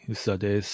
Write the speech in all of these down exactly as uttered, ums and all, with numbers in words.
薄田です。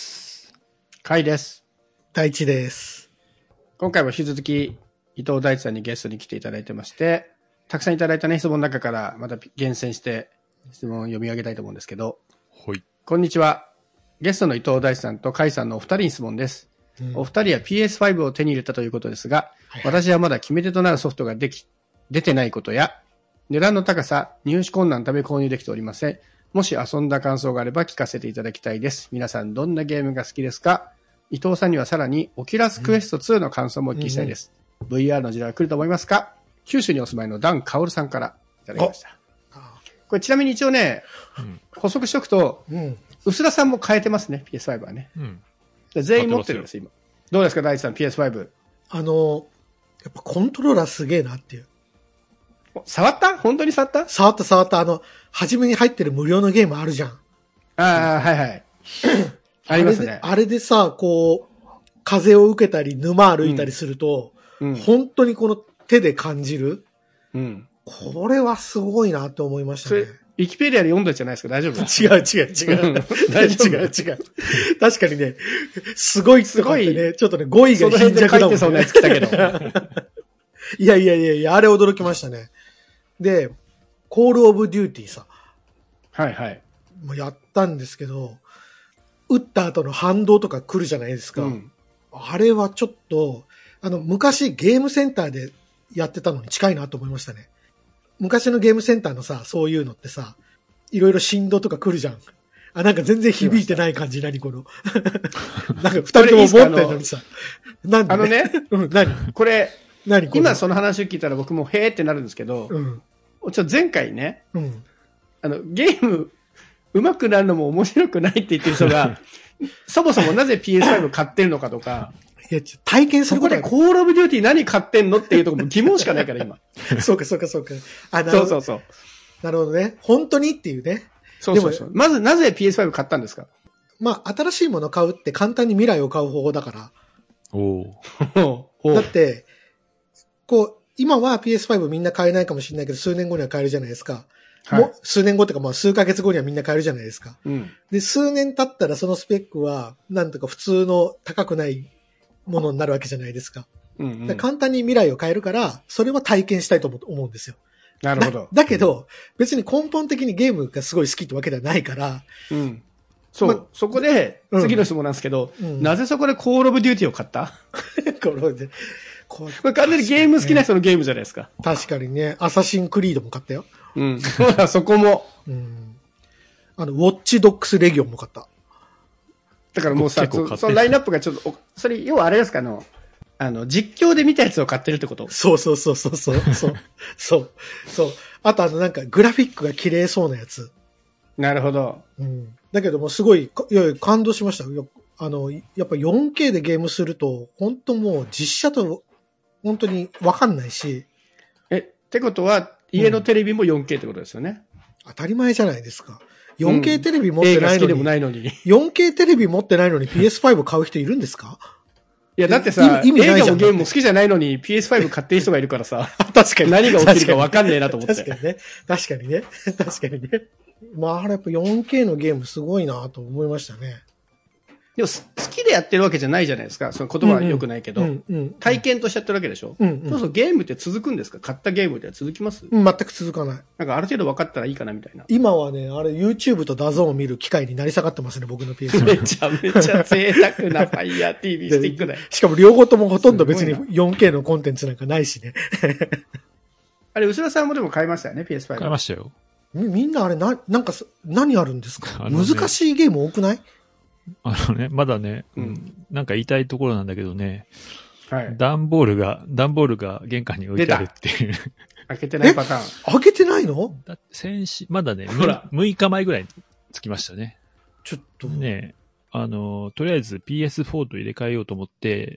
甲斐です。 大地です。 今回も引き続き伊藤大地さんにゲストに来ていただいてまして、たくさんいただいたね質問の中からまた厳選して質問を読み上げたいと思うんですけど、 はい。 こんにちは。ゲストの伊藤大地さんと甲斐さんのお二人に質問です。うん、お二人は ピーエスファイブ を手に入れたということですが、はい、私はまだ決め手となるソフトができ出てないことや、値段の高さ、入手困難のため購入できておりません。もし遊んだ感想があれば聞かせていただきたいです。皆さんどんなゲームが好きですか？伊藤さんにはさらにオキュラスクエストツーの感想もお聞きしたいです。うんうん、ブイアール の時代は来ると思いますか？九州にお住まいのダン・カオルさんからいただきました。これちなみに一応ね、うん、補足しとくと、うん、薄田さんも変えてますね、ピーエスファイブ はね。うん、全員持ってるんです、今。どうですか、大地さん、ピーエスファイブ。 あの、やっぱコントローラーすげえなっていう。 触った？本当に触った？ 触った触った。あの、初めに入ってる無料のゲームあるじゃん。 ああ、はいはい。ありますね。 あれでさ、こう、風を受けたり、沼歩いたりすると、うん、本当にこの手で感じる。うん。これはすごいなって思いましたね。 それ、ウィキペディアで読んだじゃないですか、大丈夫？ 違う違う違う。大丈夫？違う違う。確かにね、すごいすごいね、ちょっとね、語彙が貧弱だもんね。 その辺で書いてそうなやつ来たけど。 いやいやいやいや、あれ驚きましたね。で、コールオブデューティーさ。 はいはい。 もうやったんですけど、撃った後の反動とか来るじゃないですか。うん、あれはちょっと、あの、昔ゲームセンターでやってたのに近いなと思いましたね。昔のゲームセンターのさ、そういうのってさ、いろいろ振動とか来るじゃん。あ、なんか全然響いてない感じ、何この。なんか二人とも持ってんのにさ。 なんで、ね、あのね、 うん、何これ、何これ今その話を聞いたら僕もへーってなるんですけど、うん、ちょ前回ね、うん、あの、ゲーム上手くなるのも面白くないって言ってる人が、そもそもなぜ ピーエスファイブ 買ってるのかとか、 いや、体験することそこでコールオブデューティー何買ってんのっていうところも疑問しかないから今。 そうかそうかそうか。 あ、なるほど。そうそうそう。 なるほどね。本当にっていうね。 そうそうそう。まずなぜ ピーエスファイブ 買ったんですか？ まあ、新しいもの買うって簡単に未来を買う方法だから。 おお。だって、こう、今は ピーエスファイブ みんな買えないかもしれないけど、数年後には買えるじゃないですか。はい、もう数年後っていうか、まあ数ヶ月後にはみんな買えるじゃないですか。うん、で、数年経ったらそのスペックは、なんとか普通の高くないものになるわけじゃないですか。うんうん、簡単に未来を変えるから、それは体験したいと思うんですよ。 なるほど。 だ、だけど、別に根本的にゲームがすごい好きってわけではないから、 うん、そう、ま、そこで、次の質問なんですけど、うん、なぜそこでコールオブデューティーを買った？ コールオブデューティー。 これ完全にゲーム好きな人のゲームじゃないですか。 確かにね。アサシンクリードも買ったよ。 うん。そこも。うん。 あの、ウォッチドックスレギオンも買った。 だからもうさ、そ, そのラインナップがちょっと、それ、要はあれですか、あの、あの、実況で見たやつを買ってるってこと？ そうそうそうそうそう。そう。そう。そう。あとあの、なんか、グラフィックが綺麗そうなやつ。 なるほど。 うん。だけども、すごい、いやいや、感動しました。あの、やっぱ よんケー でゲームすると、本当もう実写と、本当に分かんないし。 え、ってことは、家のテレビも よんケー ってことですよね。 うん、当たり前じゃないですか。よんケー テレビ持ってないのに。うん、映画好きでもないのに。 よんケー テレビ持ってないのに ピーエスファイブ 買う人いるんですか？ いや、だってさ、映画もゲームも好きじゃないのに ピーエスファイブ 買ってる人がいるからさ。 確かに。 何が起きるか分かんねえなと思って。 確かにね。確かにね。確かにね。まあ、あれやっぱ よんケー のゲームすごいなと思いましたね。 でも好きでやってるわけじゃないじゃないですか。その言葉は良くないけど、うんうん、体験としちゃってるわけでしょ。うんうん、そうそうゲームって続くんですか？買ったゲームでは続きます？ 全く続かない。 なんかある程度分かったらいいかなみたいな。 今はね、あれ YouTube とダゾーンを見る機会になり下がってますね、僕の ピーエス。 めちゃめちゃ贅沢な Fire ティーブイ スティックだよ。 しかも両方ともほとんど別に よんケー のコンテンツなんかないしね。 あれ、薄田さんもでも買いましたよね、ピーエスファイブ。 買いましたよ。 み、みんなあれな、なんか、何あるんですか？ね、難しいゲーム多くない？ あのね、まだね、うん、なんか言いたいところなんだけどね、はい。段ボールが、段ボールが玄関に置いてあるっていう。 開けてないパターン。 開けてないの？ だ先週、まだね、ほら、むいかまえぐらいにつきましたね。 ちょっと。 ね、あの、とりあえず ピーエスフォー と入れ替えようと思って、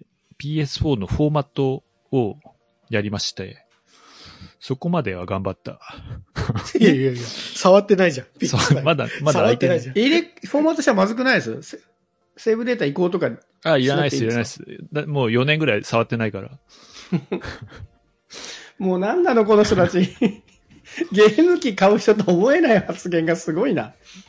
ピーエスフォー のフォーマットをやりまして、そこまでは頑張った。 いやいやいや、触ってないじゃん。 そう、まだ、まだ開いてないじゃん。入れ、フォーマットしたらまずくないです？セーブデータ移行とか。 あ、いらないです、いらないです。だもうよねんぐらい触ってないから。 もうなんなのこの人たち。ゲーム機買う人と思えない発言がすごいな。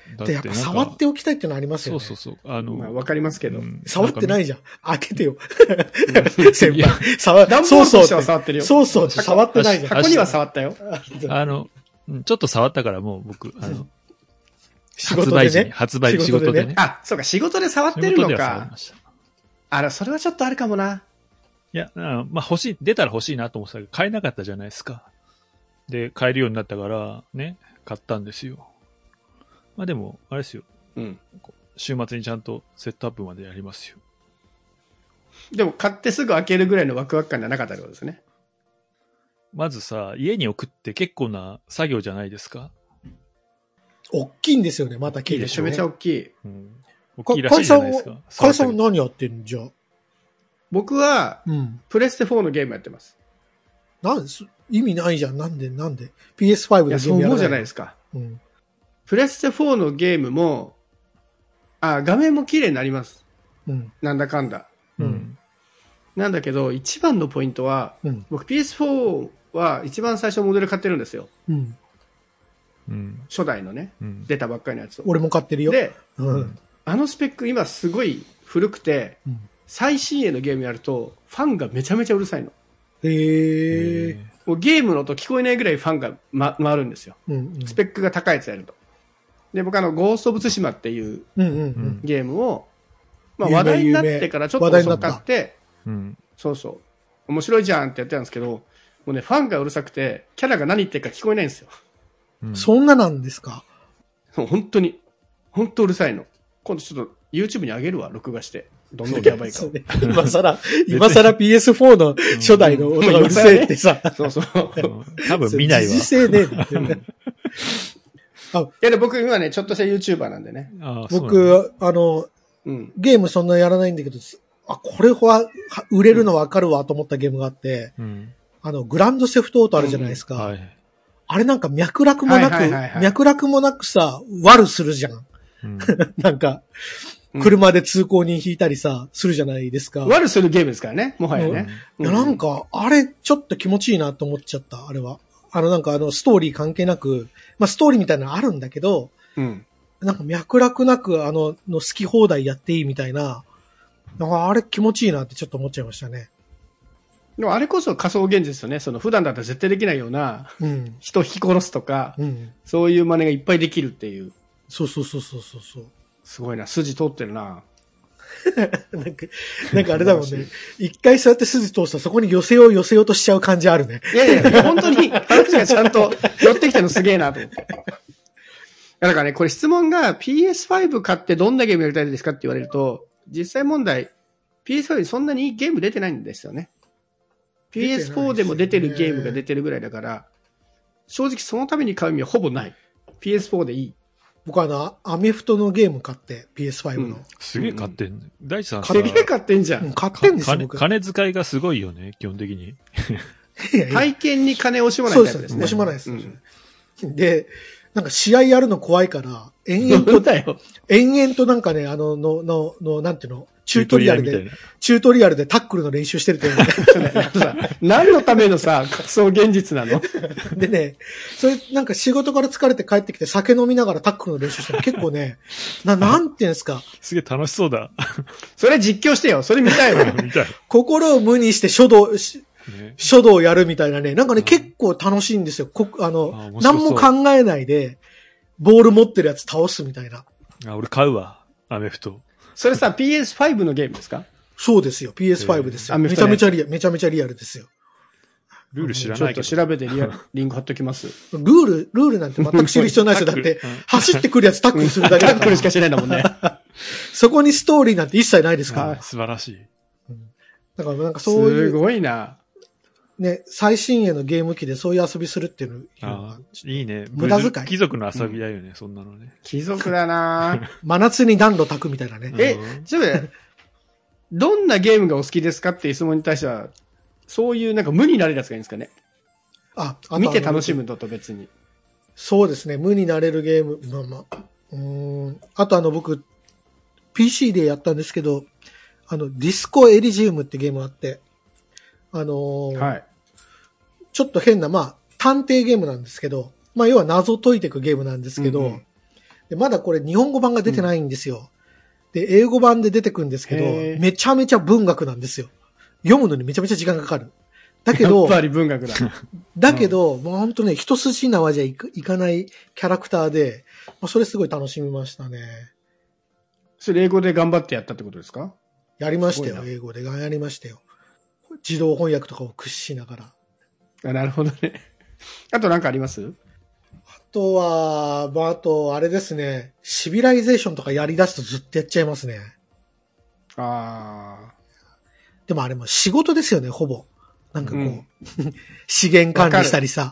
だで、やっぱ触っておきたいっていうのありますよね。 そうそうそう。あの、 まあ、わかりますけど。 うん、 触ってないじゃん。開けてよ。 うん先いや輩。触、 段ボールとしては触ってるよ。 そうそうって触ってないじゃん。 箱には触ったよ。 あの、うんちょっと触ったからもう僕、あの、 仕事でね。 発売時に、発売、仕仕事でね事でね。 あ、そうか、仕事で触ってるの仕事では触りかま。した。 あら、それはちょっとあるかもな。 いや、うんまあ欲しい、出たら欲しいなと思ってたけど、買えなかったじゃないですか。で、買えるようになったから、ね、買ったんですよ。まあでも、あれですよ。 うん。 週末にちゃんとセットアップまでやりますよ。 でも、買ってすぐ開けるぐらいのワクワク感じゃなかったってことですね。 まずさ、家に置くって結構な作業じゃないですか。 大きいんですよね、まためちゃめちゃ大きい。 うん。大かきいらしいじゃないですか。 かいさんは触った何やってんじゃん。 僕は、 うん。 プレステフォーのゲームやってます。 なんす、意味ないじゃん。なんで、なんで。ピーエスファイブいや、 でゲームやらない。 そう思うじゃないですか。 うん。 プレステフォーのゲームも、あ、画面も綺麗になります。 うん。 なんだかんだ。 けど。ううんん。 なんだけど、一番のポイントは、 うん。 僕 ピーエスフォー は一番最初モデル買ってるんですよ。 うん。 うん。 初代のね、 うん。 出たばっかりのやつを。 俺も買ってるよ。 で、 う。 うんん。 あのスペック今すごい古くて、 うん最新鋭のゲームやると、ファンがめちゃめちゃうるさいの。 へえ。 もうゲームの音聞こえないぐらいファンが、ま、回るんですよ。 うんうん。 スペックが高いやつやると。で、僕あの、ゴースト・オブ・ツシマっていううんうんうん。 ゲームを、まあ有名話題になってからちょっと遅く買って、 うん。 そうそう。面白いじゃんってやってたんですけど、もうね、ファンがうるさくて、キャラが何言ってるか聞こえないんですよ。 うん。 そんななんですか。 もう本当に、本当うるさいの。今度ちょっと YouTube に上げるわ、録画して。どんだけやばいかを。 今更、今更 ピーエスフォー の初代の音がうるせえってさ。 そうそう。 うん多分見ないわ。 時勢ねえなっていやで僕今ね、ちょっとした YouTuber なんでね。 ああそうなんだ僕、あの、 うん。 ゲームそんなやらないんだけど、あ、これはは売れるのわかるわと思ったゲームがあって、 うん。 あの、グランドセフトオートあるじゃないですか。 はい。 あれなんか脈絡もなく、 はいはいはいはい脈絡もなくさ、悪するじゃん。 うん。 なんか、 うん車で通行人引いたりさ、するじゃないですか。 悪するゲームですからね、もはやね。 いや、なんか、あれ、ちょっと気持ちいいなと思っちゃった、あれは。あの、なんかあの、ストーリー関係なく、まあ、ストーリーみたいなのあるんだけど、 うん。 なんか脈絡なく、あの、の好き放題やっていいみたいな、なんかあれ気持ちいいなってちょっと思っちゃいましたね。 でもあれこそ仮想現実よね。その普段だったら絶対できないような、 うん。 人を引き殺すとか、 うん。 そういう真似がいっぱいできるっていう。 そうそうそうそうそうそう。 すごいな、筋通ってるな。 なんか、なんかあれだもんね。一回そうやって筋通すとそこに寄せよう寄せようとしちゃう感じあるね。 いやいやいや、本当に、話がちゃんと寄ってきたのすげえなと思って。いやだからね、これ質問が ピーエスファイブ 買ってどんなゲームやりたいですかって言われると、実際問題、ピーエスファイブ にそんなにいいゲーム出てないんですよね。ピーエスフォー でも出てるゲームが出てるぐらいだから、正直そのために買う意味はほぼない。ピーエスフォー でいい。 僕あの、アメフトのゲーム買って、ピーエスファイブ の。 うんすげえ買ってんね。大地さんさすげえ買ってんじゃ。 うんん、買ってんですよ、 金僕。 金遣いがすごいよね、基本的に。 いやいや体験に金を惜しまなそうでいタイプですすね。 惜しまないです。 うんで、なんか試合やるの怖いから、延々と、 本当だよ。 延々となんかね、あの、の、の、の、なんていうの、チュートリアルで、 みたいな。 チュートリアルでタックルの練習してるって言うのさ何のためのさ、仮想現実なのでね、それなんか仕事から疲れて帰ってきて酒飲みながらタックルの練習してる結構ね、な、なんていうんですか、 すげえ楽しそうだ。 それ実況してよ。それ見たいわ。 みたい。 心を無にして書道、しね、 書道をやるみたいなね、なんかね、結構楽しいんですよ。こああの、 面白そう何も考えないで、ボール持ってるやつ倒すみたいな。 あ、俺買うわ。アメフト。 それさ、ピーエスファイブ のゲームですか？ そうですよ。ピーエスファイブですよ。 えーめちゃめちゃリアル、めちゃめちゃリアルですよ。 ルール知らちょっないけど。 と調べてリアリンク貼っときます。 ルール、ルールなんて全く知る必要ないですよ。だって、走ってくるやつタックルするだけだからタックルし。かしないんだもんね。 そこにストーリーなんて一切ないですから。 あ素晴らしい。 だからなんかそういすう、 ごいな。 ね、最新鋭のゲーム機でそういう遊びするっていうのあいいね。 無駄遣いブル貴族の遊びだよね、そんなのね。 貴族だな。 真夏に暖炉炊くみたいなね。 えうん、 ちょっと待ってどんなゲームがお好きですかっていう質問に対しては、そういうなんか無になるやつがいいんですかね。 あ、あと見て楽しあのむのと別に。 そうですね。無になれるゲーム。まあまあ。うーん。あとあの僕、ピーシー でやったんですけど、あの、ディスコエリジウムってゲームがあって、あのーはい。 ちょっと変な、まあ、探偵ゲームなんですけど、まあ、要は謎を解いていくゲームなんですけど、 うんうんで、まだこれ日本語版が出てないんですよ。うん、で、英語版で出てくるんですけど、めちゃめちゃ文学なんですよ。読むのにめちゃめちゃ時間がかかる。だけど、 やっぱり文学だ。 だけど、もう本当ね、一筋縄じゃいか、いかないキャラクターで、まあ、それすごい楽しみましたね。 それ英語で頑張ってやったってことですか？ やりましたよ、英語で。やりましたよ。自動翻訳とかを駆使しながら。 あ、なるほどね。あと何かあります？ あとは、まあ、あと、あれですね。シビライゼーションとかやり出すとずっとやっちゃいますね。 ああ。 でもあれも仕事ですよね、ほぼ。なんかこう、うん、資源管理したりさ。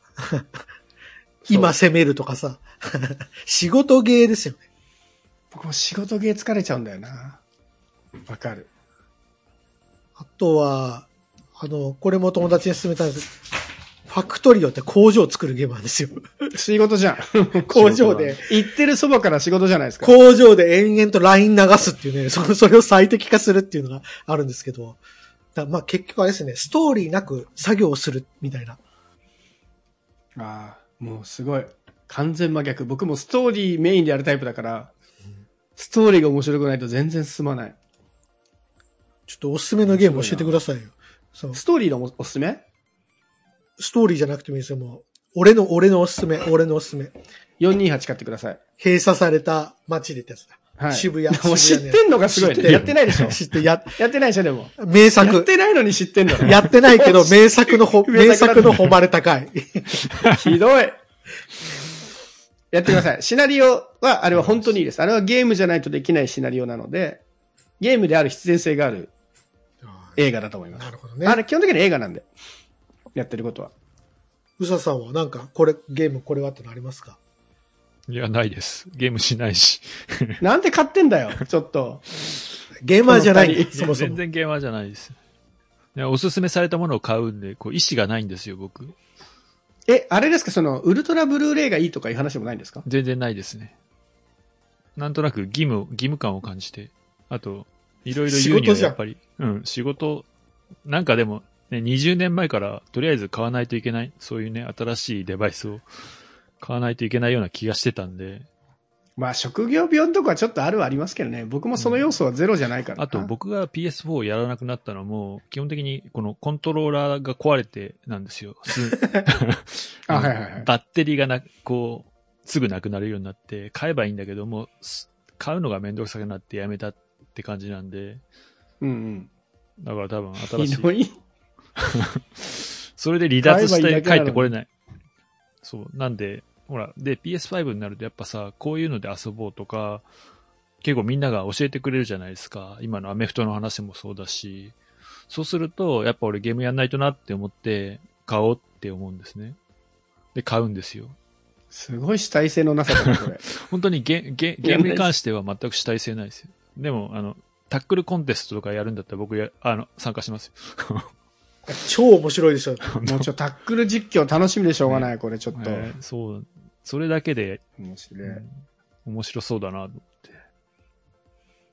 今攻めるとかさ。仕事ゲーですよね。 僕も仕事ゲー疲れちゃうんだよな。わかる。 あとは、あの、これも友達に勧めたんです。ファクトリオって工場を作るゲームなんですよ。 仕事じゃん。 工場で。 行ってるそばから仕事じゃないですか。 工場で延々とライン流すっていうね、そそれを最適化するっていうのがあるんですけど。だまあ結局あれですね、ストーリーなく作業をするみたいな。 ああ、もうすごい。完全真逆。僕もストーリーメインでやるタイプだから、ストーリーが面白くないと全然進まない。 ちょっとおすすめのゲーム教えてくださいよ。 そう。ストーリーのおすすめ？ ストーリーじゃなくてもいいですよ、もう。俺の、俺のおすすめ、俺のおすすめ。 よんにーはち買ってください。 閉鎖された街でってやつだ。はい。渋谷。 もう知ってんのがすごいね。やってないでしょ。 知ってや、 やってないでしょ、でも。 名作。 やってないのに知ってんの。 やってないけど、名作のほ、名作の誉れ高い。 ひどい。やってください。シナリオは、あれは本当にいいです。あれはゲームじゃないとできないシナリオなので、ゲームである必然性がある映画だと思います。 なるほどね。 あれ基本的に映画なんで。やってることは。 うささんはなんか、これ、ゲームこれはってのありますか？ いや、ないです。ゲームしないし。 なんで買ってんだよ、ちょっと。 ゲーマーじゃない。そもそも。 全然ゲーマーじゃないです。いや、おすすめされたものを買うんで、こう、意思がないんですよ、僕。 え、あれですか、その、ウルトラブルーレイがいいとかいう話もないんですか？ 全然ないですね。なんとなく義務、義務感を感じて。あと、いろいろ言うにはやっぱり、うん、仕事、なんかでも、ね、にじゅうねんまえからとりあえず買わないといけない、そういうね、新しいデバイスを買わないといけないような気がしてたんで。 まあ、職業病のとこはちょっとあるはありますけどね。僕もその要素はゼロじゃないから、うん。 あと、僕が ピーエスフォー をやらなくなったのも、基本的にこのコントローラーが壊れてなんですよ。 あ、はいはいはい。 バッテリーがな、こう、すぐなくなるようになって、買えばいいんだけども、買うのがめんどくさくなってやめたって感じなんで。 うんうん。 だから多分新しい。 ひどいそれで離脱して帰ってこれない。そう。なんで、ほら、で、ピーエスファイブ になるとやっぱさ、こういうので遊ぼうとか、結構みんなが教えてくれるじゃないですか。今のアメフトの話もそうだし。そうすると、やっぱ俺ゲームやんないとなって思って、買おうって思うんですね。で、買うんですよ。 すごい主体性のなさだね、これ。 本当にゲゲゲームに関しては全く主体性ないですよ。でも、あの、タックルコンテストとかやるんだったら僕や、あの、参加しますよ。 超面白いでしょ。 もうちょっとタックル実況楽しみでしょうがない、これちょっと。 えー、そう。それだけで、 面白い、うん。 面白そうだなと思って。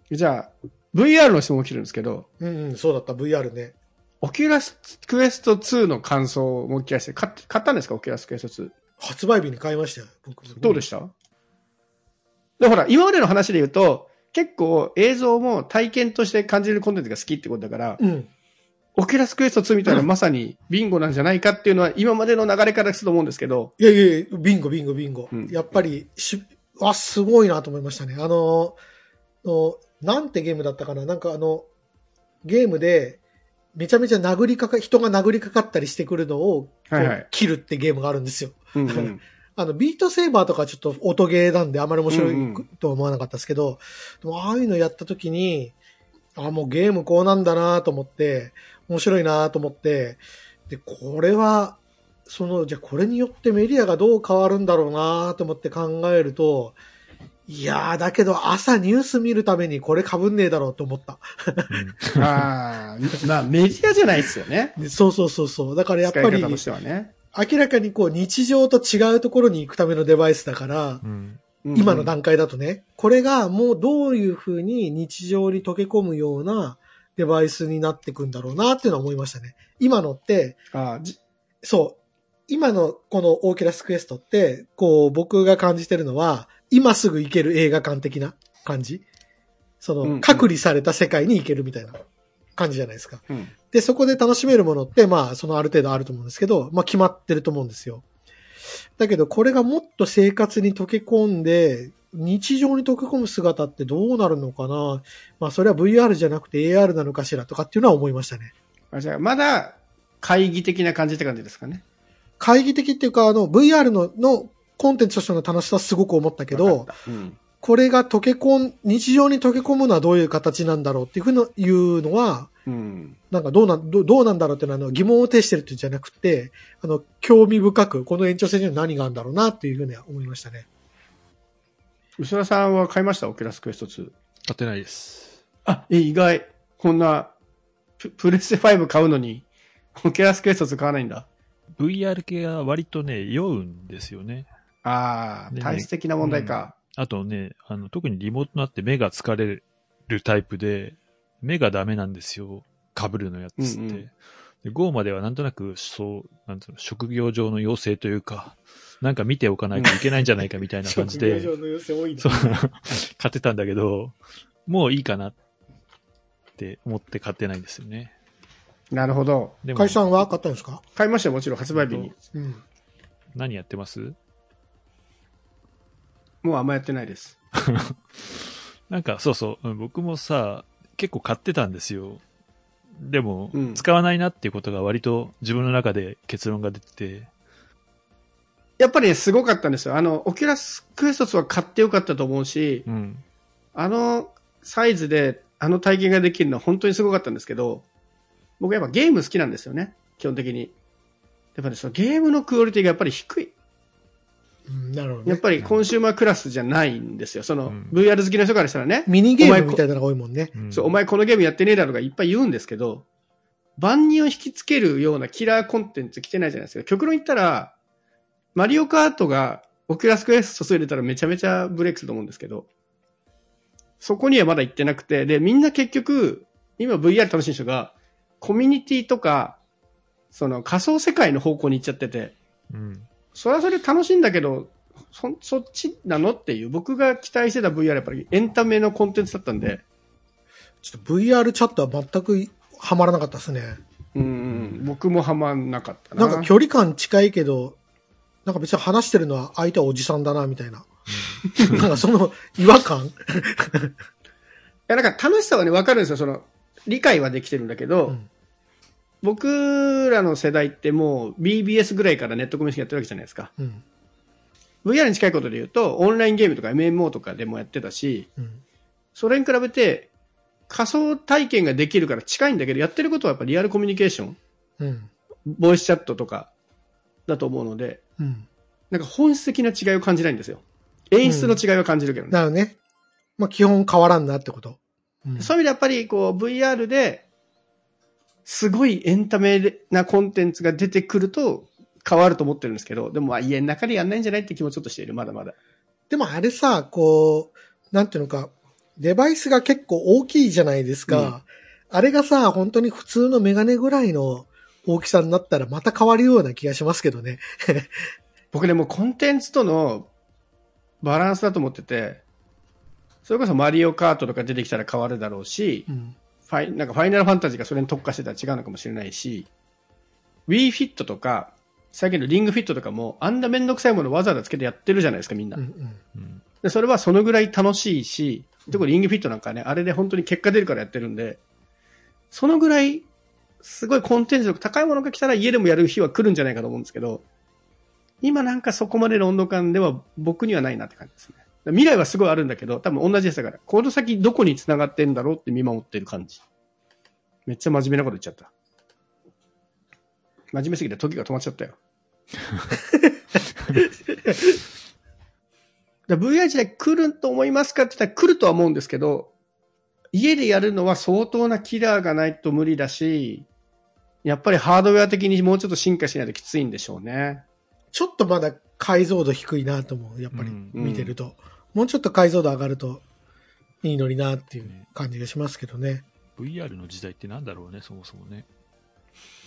じゃあ、ブイアール の質問起きるんですけど。 うんうん、そうだった、ブイアール ね。 オキュラスクエストツーの感想をもう一回して、買ったんですか、オキュラスクエストツー。 発売日に買いましたよ、僕。 どうでした？で、ほら、今までの話で言うと、結構映像も体験として感じるコンテンツが好きってことだから、うん、オキュラスクエストツーみたいなまさにビンゴなんじゃないかっていうのは今までの流れからすると思うんですけど。 いやいやいや、ビンゴビンゴビンゴ。うん、やっぱりし、あ、すごいなと思いましたね。あの、のなんてゲームだったかな、なんかあの、ゲームで、めちゃめちゃ殴りかか、人が殴りかかったりしてくるのを、はいはい、切るってゲームがあるんですよ。うんうん、あの、ビートセーバーとかちょっと音ゲーなんであまり面白いとは思わなかったですけど、うんうん、でもああいうのやった時に、あ、もうゲームこうなんだなと思って、面白いなと思って、で、これは、その、じゃあこれによってメディアがどう変わるんだろうなと思って考えると、いやー、だけど朝ニュース見るためにこれ被んねえだろうと思った。 うん、ああ、まあメディアじゃないですよね。 そうそうそうそう。だからやっぱり、 使い方としてはね、 明らかにこう日常と違うところに行くためのデバイスだから、うん、今の段階だとね、これがもうどういうふうに日常に溶け込むようなデバイスになっていくんだろうなっていうのは思いましたね。今のって、あじそう、今のこのオーキュラスクエストって、こう僕が感じてるのは、 今すぐ行ける映画館的な感じ。その、うんうん、隔離された世界に行けるみたいな感じじゃないですか。うん、で、そこで楽しめるものって、まあ、そのある程度あると思うんですけど、まあ決まってると思うんですよ。だけど、これがもっと生活に溶け込んで、日常に溶け込む姿ってどうなるのかな。まあ、それは ブイアール じゃなくて エーアール なのかしらとかっていうのは思いましたね。 あ、じゃあ、まだ、会議的な感じって感じですかね。 会議的っていうか、あの、ブイアール の、のコンテンツとしての楽しさはすごく思ったけど、うん、これが溶け込ん、日常に溶け込むのはどういう形なんだろうっていうふうに言うのは、うん、なんかどうな、ど, どうなんだろうっていうのはあの疑問を呈してるっていうんじゃなくて、あの、興味深く、この延長線上に何があるんだろうなっていうふうには思いましたね。 牛田さんは買いました？オキュラスクエストツー。 買ってないです。 あ、え、意外。こんな、プ, プレステファイブ買うのに、オキュラスクエストツー買わないんだ。 ブイアール 系が割とね、酔うんですよね。 ああ、ね、体質的な問題か、 うん。あとね、あの、特にリモートになって目が疲れるタイプで、目がダメなんですよ。被るのやつって。うんうん、で ゴー まではなんとなく、そう、なんつうの、職業上の要請というか、なんか見ておかないといけないんじゃないかみたいな感じで、 職業上の要請多いね、 そう、買ってたんだけど、もういいかなって思って買ってないんですよね。 なるほど。 でも、会社は買ったんですか？ 買いましたよ、もちろん、発売日に。うん、 何やってます？ もうあんまやってないです。 なんか、そうそう、僕もさ、結構買ってたんですよ。でも、うん、使わないなっていうことが割と自分の中で結論が出てて。 やっぱり、ね、すごかったんですよ。あの、オキュラスクエストツーは買ってよかったと思うし、うん、あのサイズであの体験ができるのは本当にすごかったんですけど、僕やっぱゲーム好きなんですよね。基本的に。やっぱりそのゲームのクオリティがやっぱり低い。 うん、なるほどね。 やっぱりコンシューマークラスじゃないんですよ。その、うん、ブイアール 好きな人からしたらね。 ミニゲームみたいなのが多いもんね。 そう、お前このゲームやってねえだろうがいっぱい言うんですけど、万人を引きつけるようなキラーコンテンツ来てないじゃないですか。極論言ったら、マリオカートがオキュラスクエストツー入れたらめちゃめちゃブレイクすると思うんですけど、そこにはまだ行ってなくて、で、みんな結局、今 ブイアール 楽しい人が、コミュニティとか、その仮想世界の方向に行っちゃってて、うん、それはそれ楽しいんだけど、そ、そっちなのっていう、僕が期待してた ブイアール やっぱりエンタメのコンテンツだったんで、 ちょっと ブイアール チャットは全くハマらなかったですね。 うん、うん、僕もハマんなかったな。 なんか距離感近いけど、なんか別に話してるのは相手はおじさんだな、みたいな。うん、なんかその違和感いや、なんか楽しさはね、わかるんですよ。その、理解はできてるんだけど、うん、僕らの世代ってもう ビービーエス ぐらいからネットコミュニティやってるわけじゃないですか。うん、ブイアール に近いことで言うと、オンラインゲームとか エムエムオー とかでもやってたし、うん、それに比べて仮想体験ができるから近いんだけど、やってることはやっぱリアルコミュニケーション、うん、ボイスチャットとかだと思うので、うん、なんか本質的な違いを感じないんですよ。演出の違いは感じるけどね。 うん、だよね。まあ基本変わらんなってこと。 うん、そういう意味でやっぱりこう ブイアール ですごいエンタメなコンテンツが出てくると変わると思ってるんですけど、でもまあ家の中でやんないんじゃないって気もちょっとしている、まだまだ。 でもあれさ、こう、なんていうのか、デバイスが結構大きいじゃないですか。うん、あれがさ、本当に普通のメガネぐらいの大きさになったらまた変わるような気がしますけどね。 僕でもコンテンツとのバランスだと思ってて、それこそマリオカートとか出てきたら変わるだろうし、うん、ファイなんかファイナルファンタジーがそれに特化してたら違うのかもしれないし、Wii Fit とか、最近のリングフィットとかも、あんなめんどくさいものわざわざつけてやってるじゃないですか、みんな。うんうん、でそれはそのぐらい楽しいし、特にリングフィットなんかね、あれで本当に結果出るからやってるんで、そのぐらい、すごいコンテンツ力高いものが来たら家でもやる日は来るんじゃないかと思うんですけど、今なんかそこまでの温度感では僕にはないなって感じですね。未来はすごいあるんだけど、多分同じですから、この先どこに繋がってんだろうって見守ってる感じ。めっちゃ真面目なこと言っちゃった。真面目すぎて時が止まっちゃったよ。ブイアール 時代来ると思いますかって言ったら来るとは思うんですけど、家でやるのは相当なキラーがないと無理だし、やっぱりハードウェア的にもうちょっと進化しないときついんでしょうね。 ちょっとまだ解像度低いなと思う。やっぱり見てると。うん、もうちょっと解像度上がるといいのになっていう感じがしますけどね。 ブイアール の時代ってなんだろうね、そもそもね。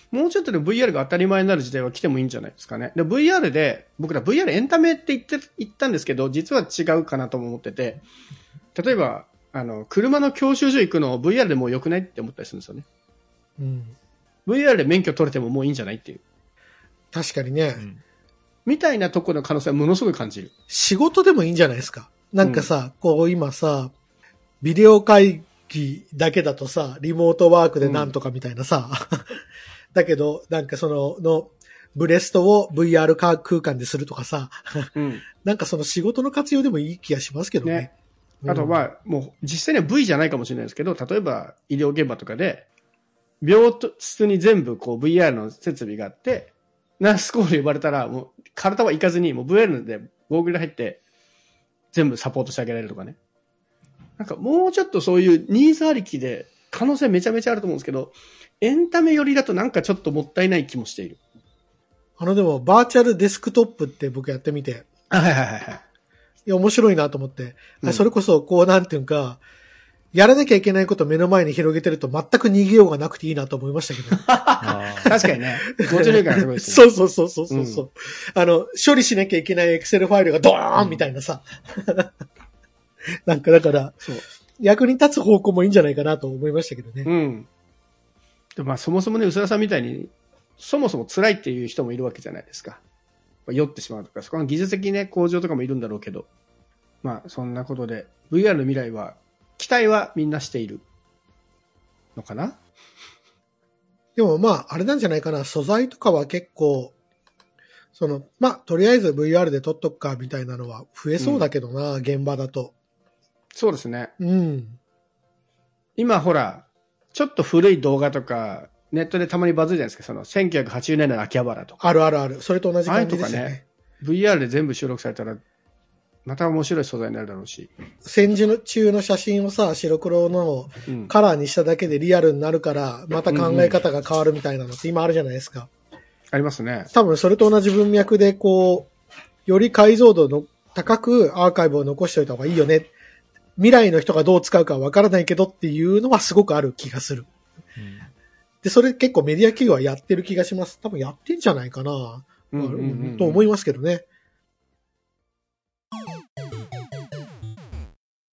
もうちょっとで ブイアール が当たり前になる時代は来てもいいんじゃないですかね。で、ブイアール で、僕ら ブイアール エンタメって言って、言ったんですけど、実は違うかなとも思ってて、例えば、あの、車の教習所行くのを ブイアール でもう良くないって思ったりするんですよね。 うん。 ブイアール で免許取れてももういいんじゃないっていう。 確かにね。 うん、 みたいなところの可能性はものすごい感じる。 仕事でもいいんじゃないですか。なんかさ、うん、こう今さ、ビデオ会議だけだとさ、リモートワークでなんとかみたいなさ、うん、だけど、なんかその、の、ブレストを ブイアール 空間でするとかさ、うん、なんかその仕事の活用でもいい気がしますけどね。ね、 あとまあ、もう実際には ブイ じゃないかもしれないですけど、例えば医療現場とかで、病室に全部こう ブイアール の設備があって、ナースコール呼ばれたら、もう体は行かずに、もう ブイアール でゴーグル入って、全部サポートしてあげられるとかね。なんかもうちょっとそういうニーズありきで、可能性めちゃめちゃあると思うんですけど、エンタメ寄りだとなんかちょっともったいない気もしている。 あのでも、バーチャルデスクトップって僕やってみて。 はいはいはいはい。 いや、面白いなと思って。うん、それこそ、こうなんていうか、やらなきゃいけないことを目の前に広げてると全く逃げようがなくていいなと思いましたけど。 確かにね。ご注入感すごいですね。そうそうそうそうそう、うん。あの、処理しなきゃいけないエクセルファイルがドーンみたいなさ。うん、なんかだから、そう役に立つ方向もいいんじゃないかなと思いましたけどね。 うん。でまあそもそもね、宇佐田さんみたいに、そもそも辛いっていう人もいるわけじゃないですか。酔ってしまうとか、そこの技術的ね、向上とかもいるんだろうけど。まあそんなことで、ブイアール の未来は、期待はみんなしているのかな。 でもまあ、あれなんじゃないかな。素材とかは結構、その、まあ、とりあえず ブイアール で撮っとくかみたいなのは増えそうだけどな、うん、現場だと。 そうですね。 うん。 今ほら、ちょっと古い動画とか、ネットでたまにバズるじゃないですか。そのせんきゅうひゃくはちじゅうねんだいの秋葉原とか。 あるあるある。それと同じ感じですよね。ああいうとかね。 ブイアール で全部収録されたら、また面白い素材になるだろうし。 戦時中の写真をさ、白黒のカラーにしただけでリアルになるから、また考え方が変わるみたいなのって今あるじゃないですか。 ありますね。 多分それと同じ文脈で、こう、より解像度の高くアーカイブを残しておいた方がいいよね。未来の人がどう使うかわからないけどっていうのはすごくある気がする。うん、で、それ結構メディア企業はやってる気がします。多分やってんじゃないかな。うんうんうんうん、と思いますけどね。